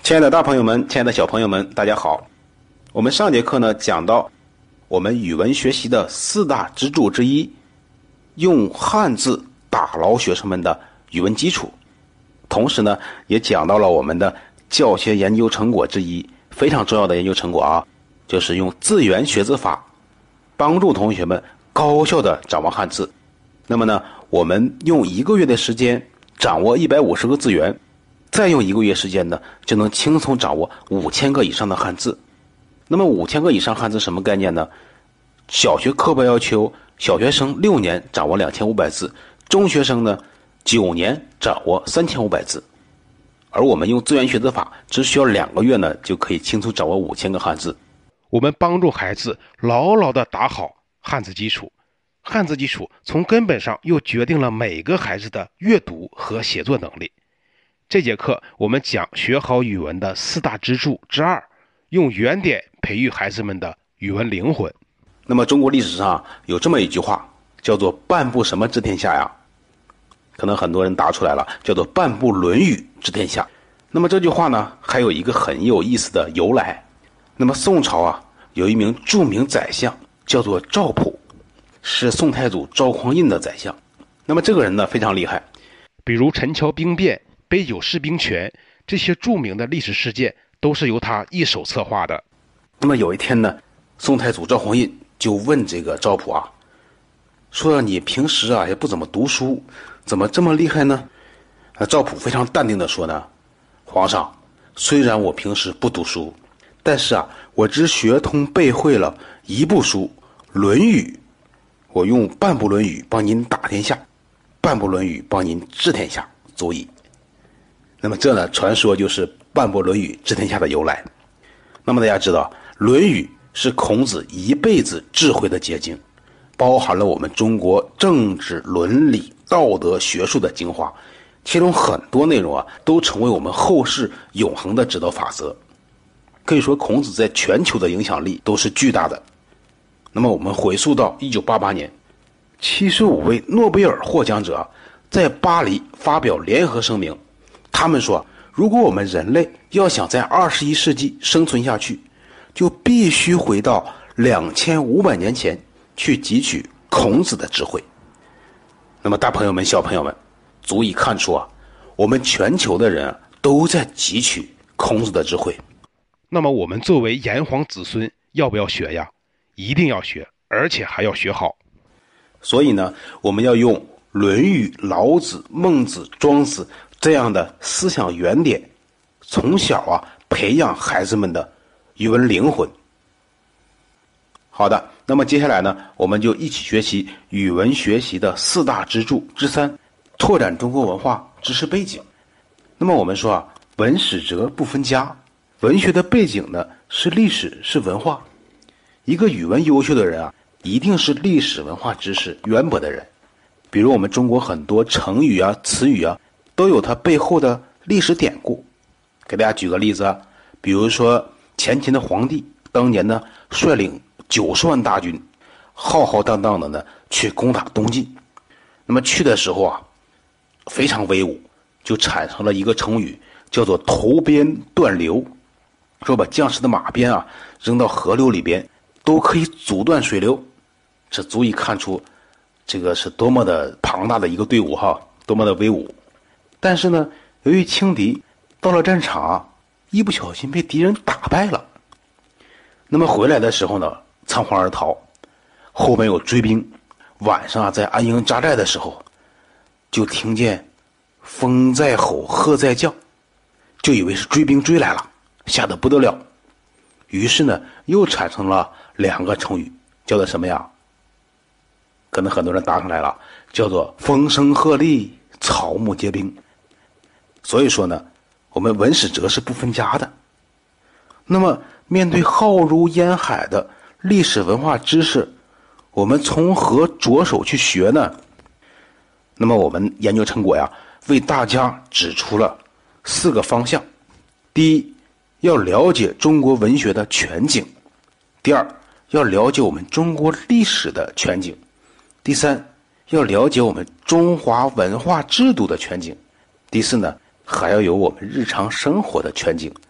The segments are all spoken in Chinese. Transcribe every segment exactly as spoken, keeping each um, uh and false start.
亲爱的大朋友们，亲爱的小朋友们，大家好。我们上节课呢讲到我们语文学习的四大支柱之一，用汉字打牢学生们的语文基础。同时呢也讲到了我们的教学研究成果之一，非常重要的研究成果啊，就是用字源学字法帮助同学们高效的掌握汉字。那么呢我们用一个月的时间掌握一百五十个字源，再用一个月时间呢就能轻松掌握五千个以上的汉字。那么五千个以上汉字什么概念呢？小学课本要求小学生六年掌握两千五百字，中学生呢九年掌握三千五百字。而我们用字源学字法只需要两个月呢就可以轻松掌握五千个汉字。 我们帮助孩子牢牢地打好汉字基础，汉字基础从根本上又决定了每个孩子的阅读和写作能力。这节课我们讲学好语文的四大支柱之二，用原点培育孩子们的语文灵魂。 那么中国历史上有这么一句话，叫做半部什么治天下呀？可能很多人答出来了，叫做半部论语治天下。那么这句话呢还有一个很有意思的由来。那么宋朝啊有一名著名宰相叫做赵普，是宋太祖赵匡胤的宰相。那么这个人呢非常厉害， 比如陈桥兵变、杯酒释兵权，这些著名的历史事件都是由他一手策划的。 那么有一天呢，宋太祖赵匡胤就问这个赵普啊，说你平时啊也不怎么读书，怎么这么厉害呢？啊，赵普非常淡定地说呢，皇上，虽然我平时不读书，但是啊，我只学通背会了一部书《论语》，我用半部《论语》帮您打天下，半部《论语》帮您治天下，足矣。那么这呢，传说就是半部《论语》治天下的由来。那么大家知道，《论语》是孔子一辈子智慧的结晶，包含了我们中国政治、伦理、道德、学术的精华，其中很多内容啊，都成为我们后世永恒的指导法则。可以说，孔子在全球的影响力都是巨大的。那么我们回溯到一九八八年，七十五位诺贝尔获奖者在巴黎发表联合声明，他们说，如果我们人类要想在二十一世纪生存下去，就必须回到两千五百年前去汲取孔子的智慧。那么大朋友们小朋友们，足以看出啊，我们全球的人、啊、都在汲取孔子的智慧。 那么我们作为炎黄子孙要不要学呀？一定要学，而且还要学好。 所以呢，我们要用论语、老子、孟子、庄子这样的思想原点，从小啊培养孩子们的语文灵魂。好的，那么接下来呢，我们就一起学习语文学习的四大支柱之三，拓展中国文化知识背景。那么我们说啊，文史哲不分家，文学的背景呢是历史，是文化。一个语文优秀的人啊，一定是历史文化知识渊博的人。比如我们中国很多成语啊、词语啊，都有它背后的历史典故。给大家举个例子啊，比如说前秦的皇帝当年呢率领九十万大军，浩浩荡荡的呢去攻打东晋。那么去的时候啊，非常威武，就产生了一个成语，叫做投鞭断流，说把将士的马鞭啊扔到河流里边，都可以阻断水流。这足以看出这个是多么的庞大的一个队伍哈，多么的威武。但是呢，由于轻敌到了战场啊，一不小心被敌人打败了。那么回来的时候呢，仓皇而逃，后面有追兵。晚上啊，在安营扎寨的时候，就听见风在吼，鹤在叫，就以为是追兵追来了，吓得不得了。于是呢，又产生了两个成语，叫做什么呀？可能很多人答上来了，叫做风声鹤唳，草木皆兵。所以说呢，我们文史哲是不分家的。那么面对浩如烟海的历史文化知识，我们从何着手去学呢？那么我们研究成果呀，为大家指出了四个方向。第一，要了解中国文学的全景；第二，要了解我们中国历史的全景；第三，要了解我们中华文化制度的全景；第四呢，还要有我们日常生活的全景。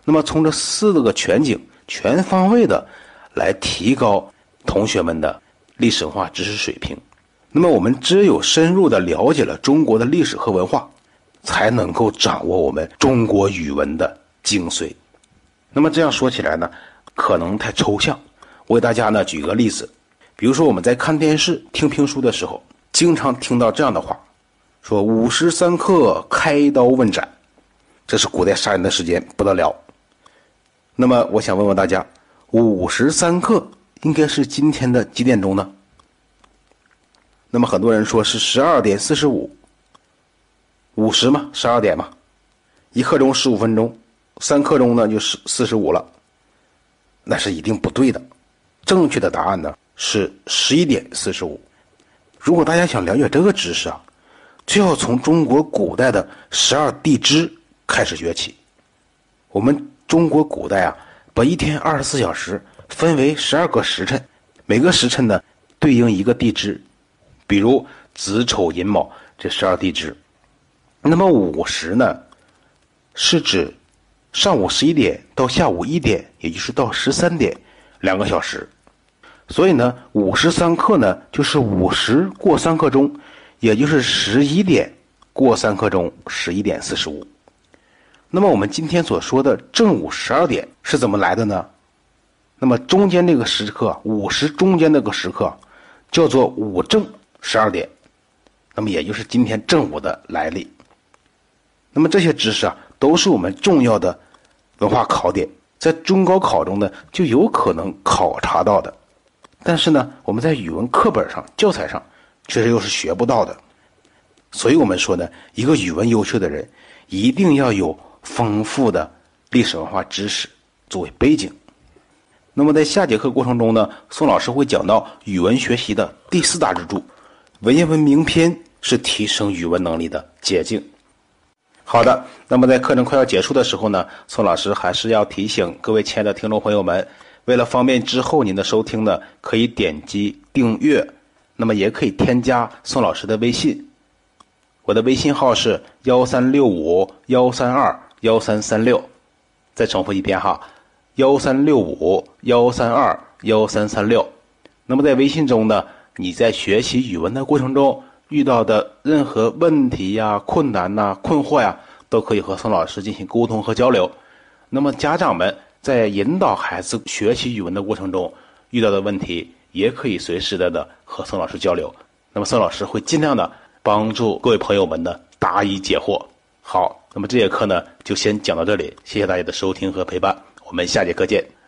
那么从这四个全景全方位的来提高同学们的历史文化知识水平。那么我们只有深入的了解了中国的历史和文化，才能够掌握我们中国语文的精髓。那么这样说起来呢，可能太抽象，我给大家呢举个例子。比如说我们在看电视听评书的时候，经常听到这样的话，说午时三刻开刀问斩，这是古代杀人的时间，不得了。那么我想问问大家，午时三刻应该是今天的几点钟呢？那么很多人说是十二点四十五，午时嘛，十二点嘛，一刻钟十五分钟，三刻钟呢就是四十五了，那是一定不对的。正确的答案呢是十一点四十五。如果大家想了解这个知识啊，就要从中国古代的十二地支开始学起。我们中国古代啊，把一天二十四小时分为十二个时辰，每个时辰呢对应一个地支，比如子丑寅卯这十二地支。那么午时呢，是指上午十一点到下午一点，也就是到十三点，两个小时。所以呢，午时三刻呢，就是午时过三刻钟，也就是十一点过三刻钟，十一点四十五。那么我们今天所说的正午十二点是怎么来的呢？那么中间这个时刻，午时中间那个时刻，叫做午正十二点，那么也就是今天正午的来历。那么这些知识啊，都是我们重要的文化考点，在中高考中呢，就有可能考察到的。但是呢，我们在语文课本上、教材上，确实又是学不到的。所以我们说呢，一个语文优秀的人，一定要有丰富的历史文化知识作为背景。那么在下节课过程中呢，宋老师会讲到语文学习的第四大支柱，文言文名篇是提升语文能力的捷径。好的，那么在课程快要结束的时候呢，宋老师还是要提醒各位亲爱的听众朋友们，为了方便之后您的收听呢，可以点击订阅，那么也可以添加宋老师的微信。我的微信号是幺三六五幺三二幺三三六，再重复一遍哈，幺三六五幺三二幺三三六。那么在微信中呢，你在学习语文的过程中遇到的任何问题呀、困难呐、困惑呀，都可以和宋老师进行沟通和交流。那么家长们在引导孩子学习语文的过程中遇到的问题，也可以随时的的和宋老师交流。那么宋老师会尽量的帮助各位朋友们呢答疑解惑。好，那么这节课呢就先讲到这里，谢谢大家的收听和陪伴，我们下节课见。